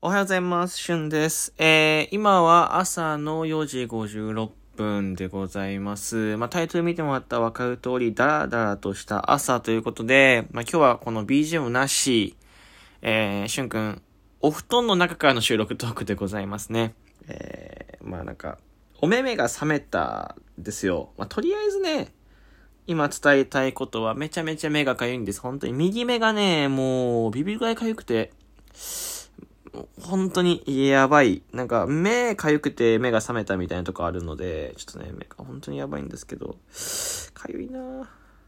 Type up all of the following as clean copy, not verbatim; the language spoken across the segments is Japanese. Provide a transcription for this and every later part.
おはようございます。しゅんです。今は朝の4時56分でございます。タイトル見てもらったらわかる通り、ダラダラとした朝ということで、今日はこの BGM なし、しゅんくん、お布団の中からの収録トークでございますね。お目目が覚めたんですよ。とりあえずね、今伝えたいことはめちゃめちゃ目がかゆいんです。本当に右目がね、もうビビるぐらいかゆくて、本当にやばい。目かゆくて目が覚めたみたいなとこあるので、ちょっとね、目が本当にやばいんですけど、かゆいなぁ。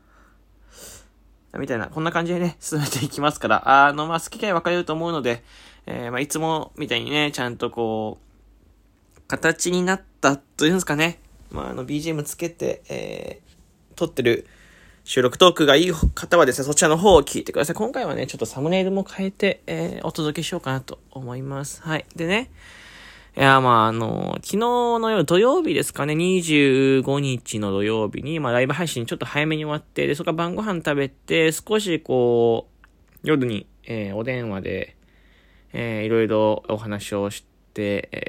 みたいな、こんな感じでね、進めていきますから、好き嫌い分かれると思うので、いつもみたいにね、ちゃんとこう、形になったというんですかね。BGM つけて、撮ってる収録トークがいい方はですね、そちらの方を聞いてください。今回はね、ちょっとサムネイルも変えて、お届けしようかなと思います。はい。でね、昨日の夜、土曜日ですかね、25日の土曜日に、ライブ配信ちょっと早めに終わって、で、そこから晩ご飯食べて、少しこう、夜に、お電話で、いろいろお話をして、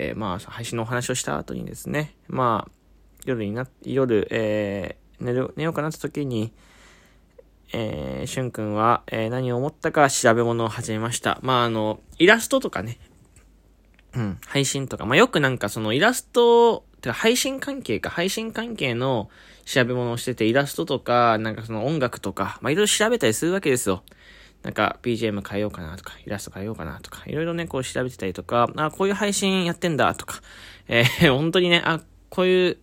配信のお話をした後にですね、夜、寝ようかなって時に、しゅんくんは、何を思ったか調べ物を始めました。イラストとかね、配信とか、よくそのイラスト、配信関係の調べ物をしてて、イラストとか、その音楽とか、いろいろ調べたりするわけですよ。BGM 変えようかなとか、イラスト変えようかなとか、いろいろね、こう調べてたりとか、こういう配信やってんだとか、本当にね、こういう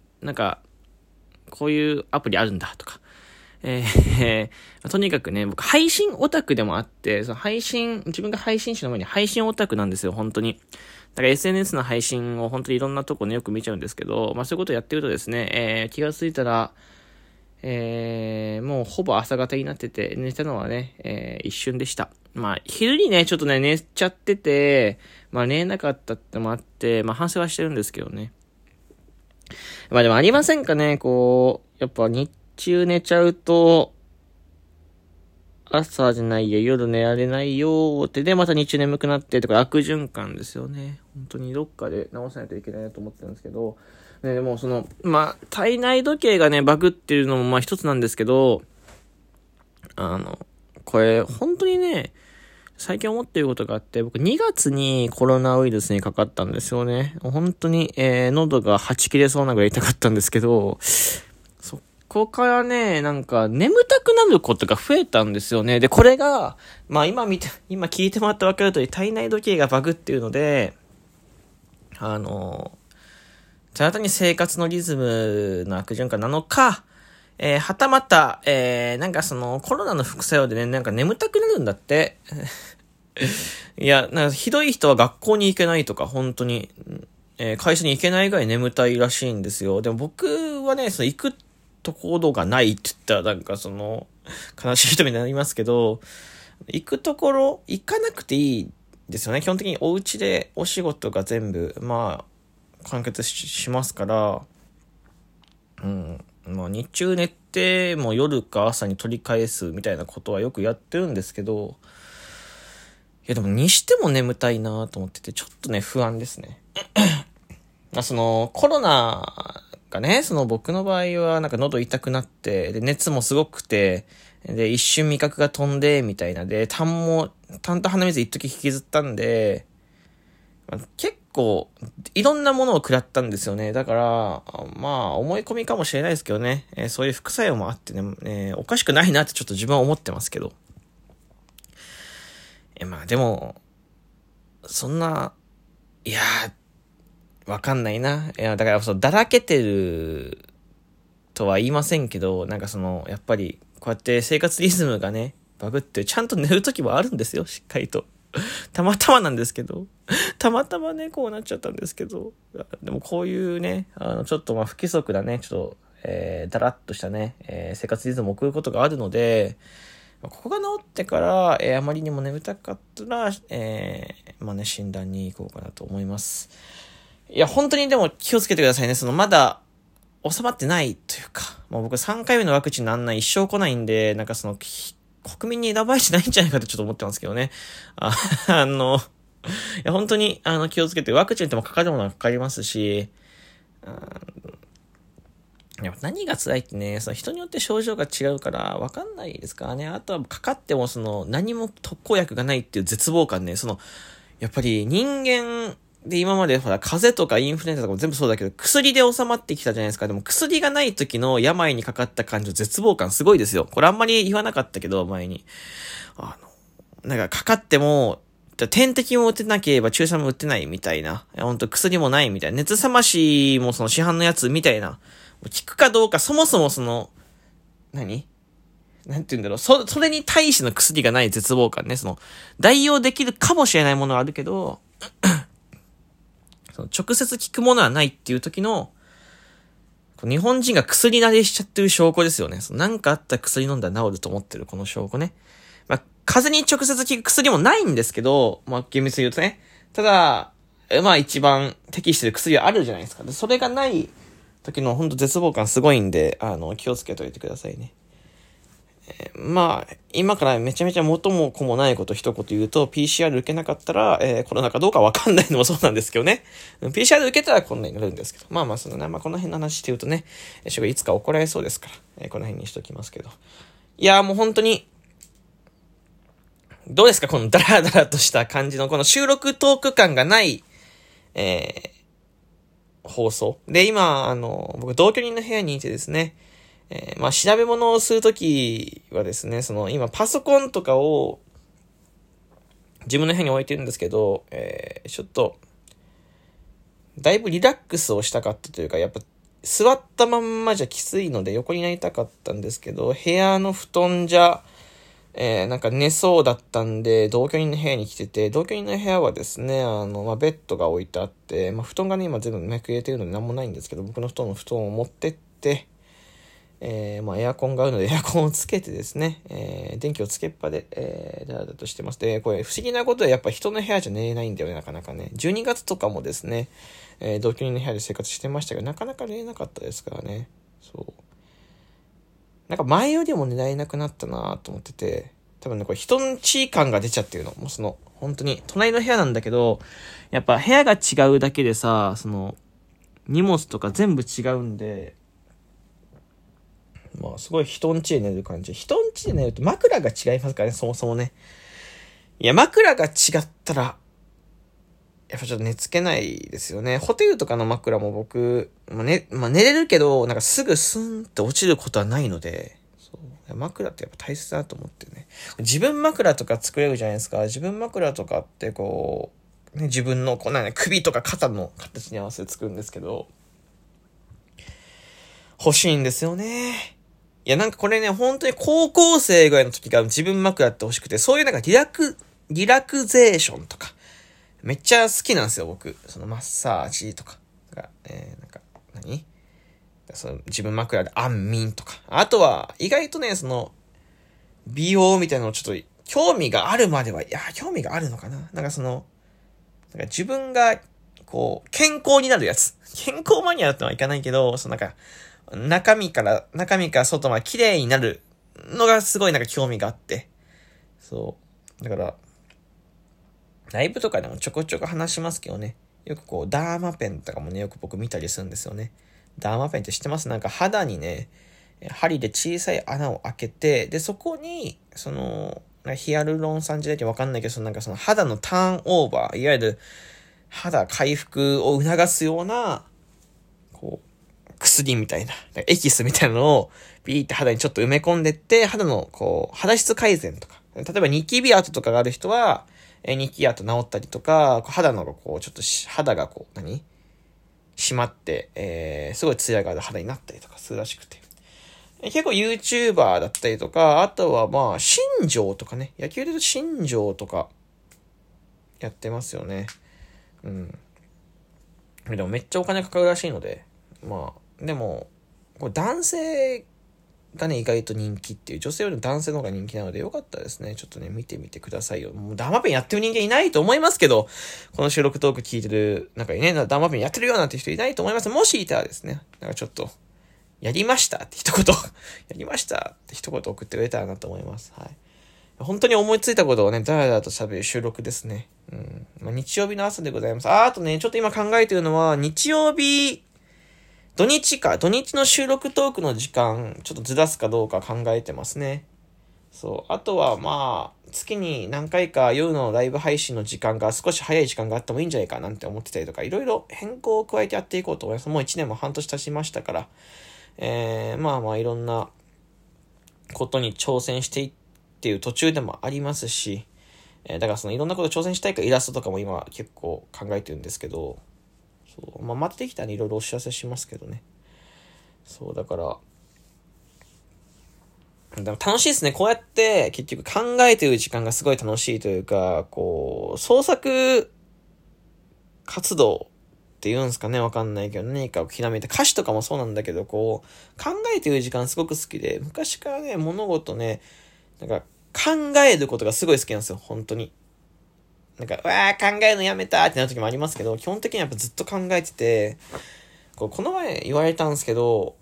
アプリあるんだとか、とにかくね、僕配信オタクでもあって、自分が配信者の前に配信オタクなんですよ、本当に。だから SNS の配信を本当にいろんなとこね、よく見ちゃうんですけど、そういうことをやってるとですね、気がついたら、もうほぼ朝方になってて、寝たのはね、一瞬でした。昼にね、ちょっとね、寝ちゃってて、寝れなかったってのもあって、反省はしてるんですけどね。でもありませんかね、こう、やっぱ日中寝ちゃうと、朝じゃないや、夜寝られないよって、で、また日中眠くなってとか悪循環ですよね。本当にどっかで直さないといけないなと思ってるんですけど、でも体内時計がね、バグってるのも一つなんですけど、これ、本当にね、最近思っていることがあって、僕2月にコロナウイルスにかかったんですよね。本当に、喉がはち切れそうなぐらい痛かったんですけど、ここからね、眠たくなることが増えたんですよね。で、これが、今聞いてもらって分かる通り、体内時計がバグっていうので、ただ単に生活のリズムの悪循環なのか、はたまた、コロナの副作用でね、眠たくなるんだって。いや、ひどい人は学校に行けないとか、本当に、会社に行けないぐらい眠たいらしいんですよ。でも僕はね、行くところがないって言ったら悲しい人になりますけど、行かなくていいですよね。基本的にお家でお仕事が全部、完結しますから、日中寝て、もう夜か朝に取り返すみたいなことはよくやってるんですけど、いやでもにしても眠たいなと思ってて、ちょっとね、不安ですね。コロナがね、僕の場合は喉痛くなって、で、熱もすごくて、で、一瞬味覚が飛んで、みたいなで、痰と鼻水一時引きずったんで、結構、いろんなものを食らったんですよね。だから、思い込みかもしれないですけどね、そういう副作用もあってね、おかしくないなってちょっと自分は思ってますけど。でも、そんな、いやわかんないな。だからだらけてるとは言いませんけど、やっぱり、こうやって生活リズムがね、バグって、ちゃんと寝るときもあるんですよ、しっかりと。たまたまなんですけど。たまたまね、こうなっちゃったんですけど。でもこういうね、ちょっと不規則なね、ちょっと、だらっとしたね、生活リズムを送ることがあるので、ここが治ってから、あまりにも眠たかったら、診断に行こうかなと思います。いや、本当にでも気をつけてくださいね。まだ収まってないというか、もう僕3回目のワクチンの案内一生来ないんで、国民に選ばれてないんじゃないかとちょっと思ってますけどね。 や、本当に、気をつけて、ワクチンってもかかるものはかかりますし、やっぱ何が辛いってね、その人によって症状が違うから分かんないですからね。あとはかかっても何も特効薬がないっていう絶望感ね。やっぱり人間で今までほら風邪とかインフルエンザとかも全部そうだけど薬で収まってきたじゃないですか。でも薬がない時の病にかかった感情絶望感すごいですよ。これあんまり言わなかったけど前に。なんかかかっても点滴も打てなければ注射も打ってないみたいな。ほんと薬もないみたいな。熱冷ましも市販のやつみたいな。効くかどうか、そもそもなんて言うんだろう。それに対しての薬がない絶望感ね。代用できるかもしれないものはあるけど、直接効くものはないっていう時の、日本人が薬慣れしちゃってる証拠ですよね。なんかあったら薬飲んだら治ると思ってるこの証拠ね。まあ、風邪に直接効く薬もないんですけど、まあ、厳密に言うとね。ただ、まあ一番適してる薬はあるじゃないですか。で、それがない時のほんと絶望感すごいんで、気をつけといてくださいね。まあ、今からめちゃめちゃ元も子もないこと一言言うと、PCR 受けなかったら、コロナかどうかわかんないのもそうなんですけどね。PCR 受けたらこんなになるんですけど。まあまあ、この辺の話して言うとね、いつか怒られそうですから、この辺にしときますけど。いやーもう本当に、どうですかこのダラダラとした感じの、この収録トーク感がない、放送。で、今、僕同居人の部屋にいてですね、まあ、調べ物をするときはですね、今パソコンとかを自分の部屋に置いてるんですけど、ちょっと、だいぶリラックスをしたかったというか、やっぱ座ったまんまじゃきついので横になりたかったんですけど、部屋の布団じゃ、なんか寝そうだったんで、同居人の部屋に来てて、同居人の部屋はですね、まあ、ベッドが置いてあって、まあ、布団がね、今全部めくれてるので何もないんですけど、僕の布団を持ってって、まあ、エアコンがあるのでエアコンをつけてですね、電気をつけっぱで、だらだらとしてます。で、これ不思議なことでやっぱ人の部屋じゃ寝れないんだよね、なかなかね。12月とかもですね、同居人の部屋で生活してましたけど、なかなか寝れなかったですからね。そう。なんか前よりも寝られなくなったなと思ってて、多分ね、これ人んち感が出ちゃってるの。もう本当に、隣の部屋なんだけど、やっぱ部屋が違うだけでさ、荷物とか全部違うんで、まあすごい人んちで寝る感じ。人んちで寝ると枕が違いますからね、そもそもね。いや、枕が違ったら、やっぱちょっと寝つけないですよね。ホテルとかの枕も僕、まあ寝れるけど、なんかすぐスンって落ちることはないので、そう枕ってやっぱ大切だと思ってね。自分枕とか作れるじゃないですか。自分枕とかってこう、ね、自分の首とか肩の形に合わせて作るんですけど、欲しいんですよね。いやなんかこれね、本当に高校生ぐらいの時から自分枕って欲しくて、そういうなんかリラクゼーションとか、めっちゃ好きなんですよ、僕。マッサージとかが、なんか、自分枕で安眠とか。あとは、意外とね、美容みたいなのをちょっと、興味があるまでは、興味があるのかな。なんか自分が、こう、健康になるやつ。健康マニアってのはいかないけど、中身から外まで綺麗になるのがすごいなんか興味があって。そう。だから、ライブとかでもちょこちょこ話しますけどね。よくこう、ダーマペンとかもね、よく僕見たりするんですよね。ダーマペンって知ってます？なんか肌にね、針で小さい穴を開けて、で、そこに、ヒアルロン酸じゃなきゃわかんないけど、肌のターンオーバー、いわゆる肌回復を促すような、こう、薬みたいな、エキスみたいなのを、ビーって肌にちょっと埋め込んでって、肌の、こう、肌質改善とか。例えばニキビ跡とかがある人は、ニキビ跡治ったりとか、肌のこう、ちょっと肌がこう、締まって、すごいツヤがある肌になったりとかするらしくて。結構 YouTuber だったりとか、あとはまあ、新庄とかね。野球で言うと新庄とか、やってますよね。うん。でもめっちゃお金かかるらしいので、まあ、でも、これ男性がね、意外と人気っていう、女性よりも男性の方が人気なのでよかったですね。ちょっとね、見てみてくださいよ。もうダーマペンやってる人間いないと思いますけど、この収録トーク聞いてる中にね、ダーマペンやってるよなんて人いないと思います。もしいたらですね、なんかちょっと、やりましたって一言、やりましたって一言送ってくれたらなと思います。はい。 本当に思いついたことをね、だらだらと喋る収録ですね。日曜日の朝でございます。あとね、ちょっと今考えてるのは、土日の収録トークの時間、ちょっとずらすかどうか考えてますね。そう。あとは月に何回か夜のライブ配信の時間が少し早い時間があってもいいんじゃないかなんて思ってたりとか、いろいろ変更を加えてやっていこうと思います。もう1年も半年経ちましたから、いろんなことに挑戦していっていう途中でもありますし、だからそのいろんなこと挑戦したいからイラストとかも今結構考えてるんですけど、そう。またできたらいろいろお知らせしますけどね。そう、だから楽しいですね。こうやって結局考えてる時間がすごい楽しいというか、創作活動って言うんですかね、わかんないけど、何かをひらめいて、歌詞とかもそうなんだけど、考えてる時間すごく好きで、昔からね、物事ね、考えることがすごい好きなんですよ、本当に。考えるのやめたってなる時もありますけど、基本的にやっぱずっと考えてて、この前言われたんですけど、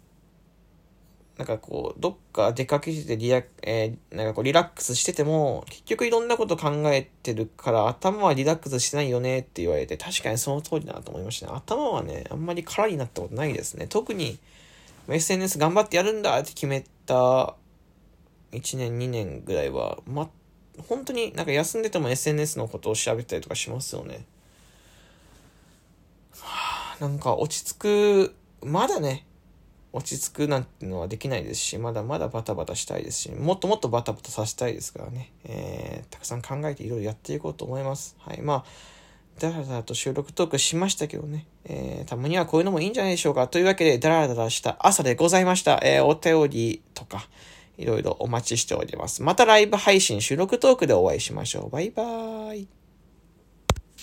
どっか出かけててリラックスしてても、結局いろんなこと考えてるから、頭はリラックスしてないよねって言われて、確かにその通りだなと思いましたね。頭はね、あんまり空になったことないですね。特に、SNS 頑張ってやるんだって決めた1年、2年ぐらいは、本当に休んでても SNS のことを調べたりとかしますよね。落ち着く、まだね、落ち着くなんてのはできないですし、まだまだバタバタしたいですし、もっともっとバタバタさせたいですからね。たくさん考えていろいろやっていこうと思います。はい。だらだらと収録トークしましたけどね。たまにはこういうのもいいんじゃないでしょうか。というわけで、だらだらした朝でございました。お便りとか、いろいろお待ちしております。またライブ配信収録トークでお会いしましょう。バイバーイ。